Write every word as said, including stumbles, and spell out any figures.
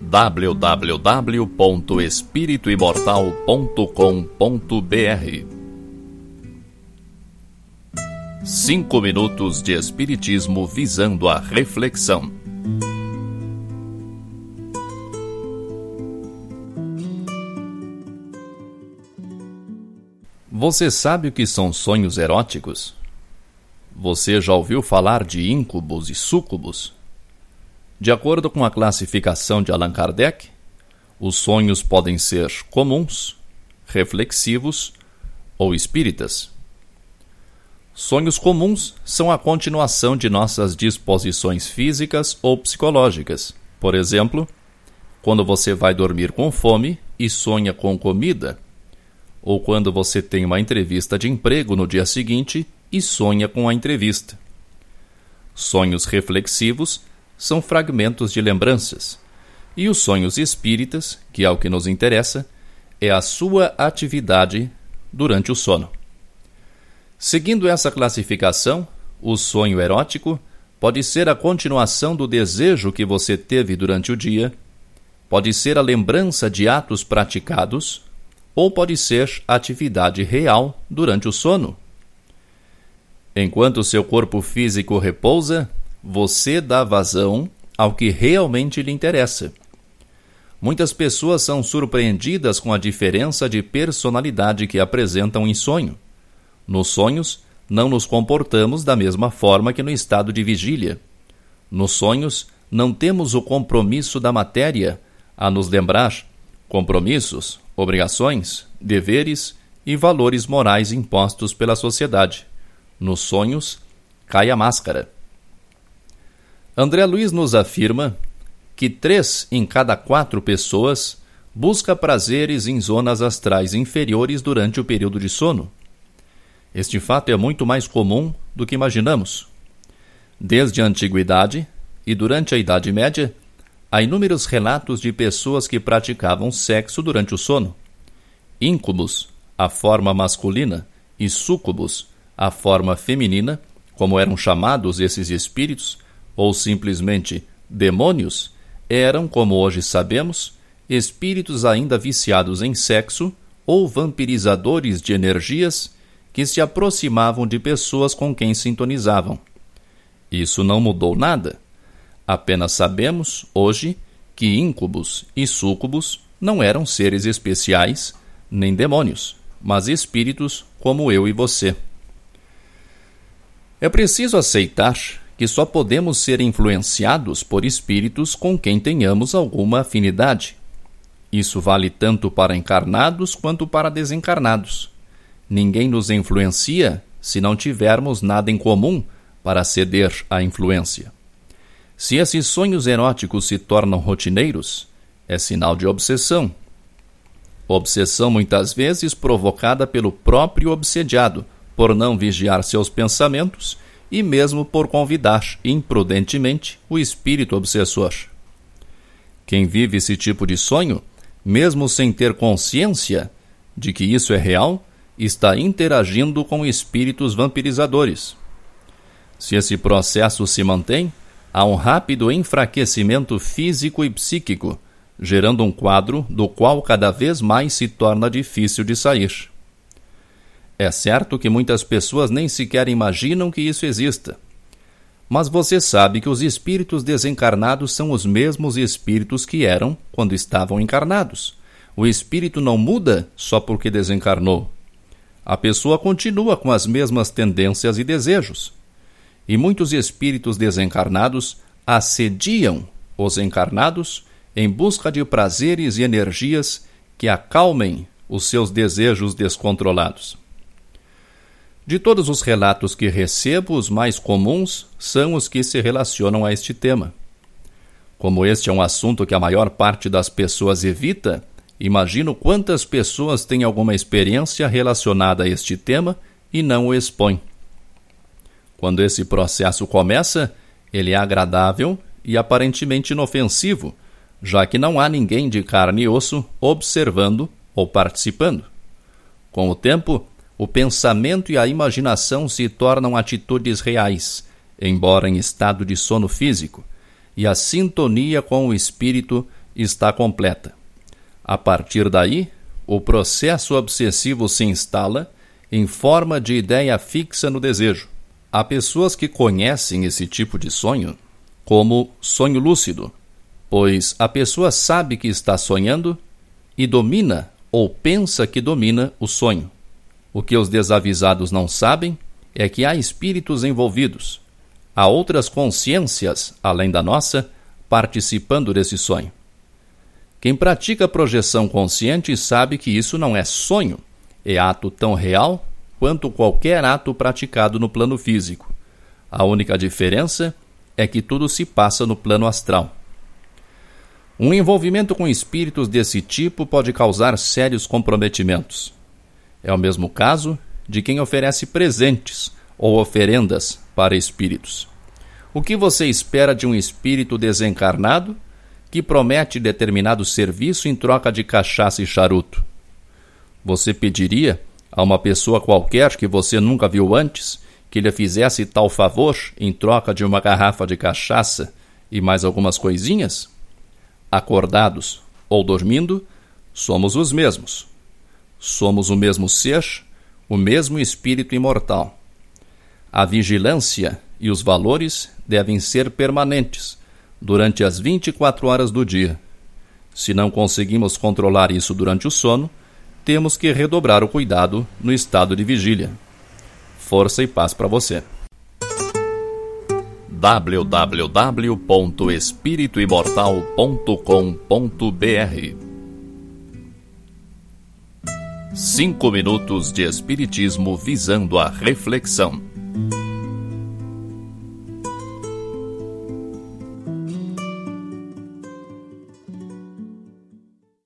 w w w ponto espírito imortal ponto com ponto b r. Cinco minutos de espiritismo visando a reflexão. Você sabe o que são sonhos eróticos? Você já ouviu falar de íncubos e súcubos? De acordo com a classificação de Allan Kardec, os sonhos podem ser comuns, reflexivos ou espíritas. Sonhos comuns são a continuação de nossas disposições físicas ou psicológicas. Por exemplo, quando você vai dormir com fome e sonha com comida, ou quando você tem uma entrevista de emprego no dia seguinte e sonha com a entrevista. Sonhos reflexivos são fragmentos de lembranças, e os sonhos espíritas, que é o que nos interessa, é a sua atividade durante o sono. Seguindo essa classificação, o sonho erótico pode ser a continuação do desejo que você teve durante o dia, pode ser a lembrança de atos praticados, ou pode ser atividade real durante o sono. Enquanto seu corpo físico repousa, você dá vazão ao que realmente lhe interessa. Muitas pessoas são surpreendidas com a diferença de personalidade que apresentam em sonho. Nos sonhos, não nos comportamos da mesma forma que no estado de vigília. Nos sonhos, não temos o compromisso da matéria a nos lembrar compromissos, obrigações, deveres e valores morais impostos pela sociedade. Nos sonhos, cai a máscara. André Luiz nos afirma que três em cada quatro pessoas busca prazeres em zonas astrais inferiores durante o período de sono. Este fato é muito mais comum do que imaginamos. Desde a antiguidade e durante a Idade Média, há inúmeros relatos de pessoas que praticavam sexo durante o sono. Íncubos, a forma masculina, e súcubos, a forma feminina, como eram chamados esses espíritos, ou simplesmente demônios, eram, como hoje sabemos, espíritos ainda viciados em sexo ou vampirizadores de energias que se aproximavam de pessoas com quem sintonizavam. Isso não mudou nada. Apenas sabemos, hoje, que íncubos e súcubos não eram seres especiais, nem demônios, mas espíritos como eu e você. É preciso aceitar que só podemos ser influenciados por espíritos com quem tenhamos alguma afinidade. Isso vale tanto para encarnados quanto para desencarnados. Ninguém nos influencia se não tivermos nada em comum para ceder à influência. Se esses sonhos eróticos se tornam rotineiros, é sinal de obsessão. Obsessão muitas vezes provocada pelo próprio obsediado, por não vigiar seus pensamentos e mesmo por convidar imprudentemente o espírito obsessor. Quem vive esse tipo de sonho, mesmo sem ter consciência de que isso é real, está interagindo com espíritos vampirizadores. Se esse processo se mantém, há um rápido enfraquecimento físico e psíquico, gerando um quadro do qual cada vez mais se torna difícil de sair. É certo que muitas pessoas nem sequer imaginam que isso exista. Mas você sabe que os espíritos desencarnados são os mesmos espíritos que eram quando estavam encarnados. O espírito não muda só porque desencarnou. A pessoa continua com as mesmas tendências e desejos. E muitos espíritos desencarnados assediam os encarnados em busca de prazeres e energias que acalmem os seus desejos descontrolados. De todos os relatos que recebo, os mais comuns são os que se relacionam a este tema. Como este é um assunto que a maior parte das pessoas evita, imagino quantas pessoas têm alguma experiência relacionada a este tema e não o expõem. Quando esse processo começa, ele é agradável e aparentemente inofensivo, já que não há ninguém de carne e osso observando ou participando. Com o tempo, o pensamento e a imaginação se tornam atitudes reais, embora em estado de sono físico, e a sintonia com o espírito está completa. A partir daí, o processo obsessivo se instala em forma de ideia fixa no desejo. Há pessoas que conhecem esse tipo de sonho como sonho lúcido, pois a pessoa sabe que está sonhando e domina ou pensa que domina o sonho. O que os desavisados não sabem é que há espíritos envolvidos, há outras consciências, além da nossa, participando desse sonho. Quem pratica projeção consciente sabe que isso não é sonho, é ato tão real quanto qualquer ato praticado no plano físico. A única diferença é que tudo se passa no plano astral. Um envolvimento com espíritos desse tipo pode causar sérios comprometimentos. É o mesmo caso de quem oferece presentes ou oferendas para espíritos. O que você espera de um espírito desencarnado que promete determinado serviço em troca de cachaça e charuto? Você pediria a uma pessoa qualquer que você nunca viu antes que lhe fizesse tal favor em troca de uma garrafa de cachaça e mais algumas coisinhas? Acordados ou dormindo, somos os mesmos. Somos o mesmo ser, o mesmo espírito imortal. A vigilância e os valores devem ser permanentes durante as vinte e quatro horas do dia. Se não conseguimos controlar isso durante o sono, temos que redobrar o cuidado no estado de vigília. Força e paz para você. w w w ponto espírito imortal ponto com ponto b r Cinco minutos de espiritismo visando a reflexão.